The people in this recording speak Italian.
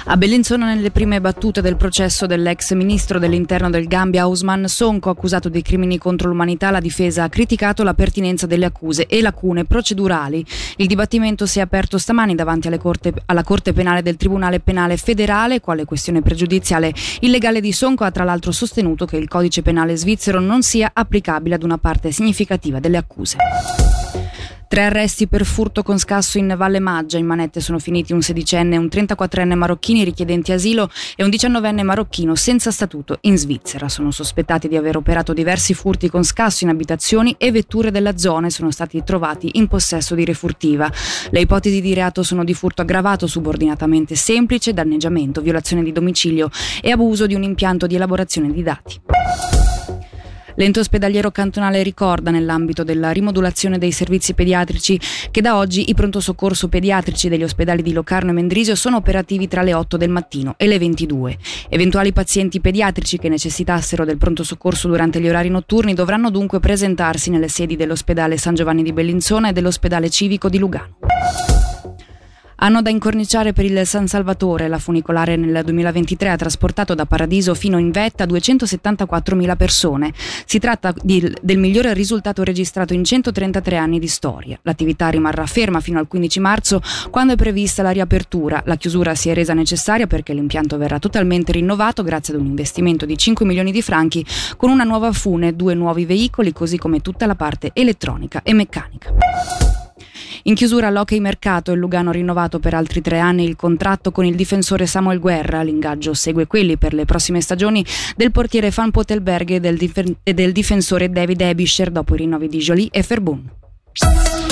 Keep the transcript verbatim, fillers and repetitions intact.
A Bellinzona, nelle prime battute del processo dell'ex ministro dell'interno del Gambia Ousmane Sonko, accusato di crimini contro l'umanità, la difesa ha criticato la pertinenza delle accuse e lacune procedurali. Il dibattimento si è aperto stamani davanti alle corte, alla Corte Penale del Tribunale Penale Federale. Quale questione pregiudiziale, il legale di Sonko ha tra l'altro sostenuto che il codice penale svizzero non sia applicabile ad una parte significativa delle accuse. Tre arresti per furto con scasso in Valle Maggia. In manette sono finiti un sedicenne e un trentaquattrenne marocchini richiedenti asilo e un diciannovenne marocchino senza statuto in Svizzera. Sono sospettati di aver operato diversi furti con scasso in abitazioni e vetture della zona e sono stati trovati in possesso di refurtiva. Le ipotesi di reato sono di furto aggravato, subordinatamente semplice, danneggiamento, violazione di domicilio e abuso di un impianto di elaborazione di dati. L'ente ospedaliero cantonale ricorda, nell'ambito della rimodulazione dei servizi pediatrici, che da oggi i pronto soccorso pediatrici degli ospedali di Locarno e Mendrisio sono operativi tra le otto del mattino e le ventidue. Eventuali pazienti pediatrici che necessitassero del pronto soccorso durante gli orari notturni dovranno dunque presentarsi nelle sedi dell'ospedale San Giovanni di Bellinzona e dell'ospedale civico di Lugano. Anno da incorniciare per il San Salvatore. La funicolare nel duemilaventitré ha trasportato da Paradiso fino in vetta duecentosettantaquattromila persone. Si tratta di, del migliore risultato registrato in centotrentatré anni di storia. L'attività rimarrà ferma fino al quindici marzo, quando è prevista la riapertura. La chiusura si è resa necessaria perché l'impianto verrà totalmente rinnovato grazie ad un investimento di cinque milioni di franchi, con una nuova fune, due nuovi veicoli, così come tutta la parte elettronica e meccanica. In chiusura all'Hockey Mercato, il Lugano ha rinnovato per altri tre anni il contratto con il difensore Samuel Guerra. L'ingaggio segue quelli per le prossime stagioni del portiere Van Pottelberg e del, dif- e del difensore David Ebischer dopo i rinnovi di Joly e Verbund.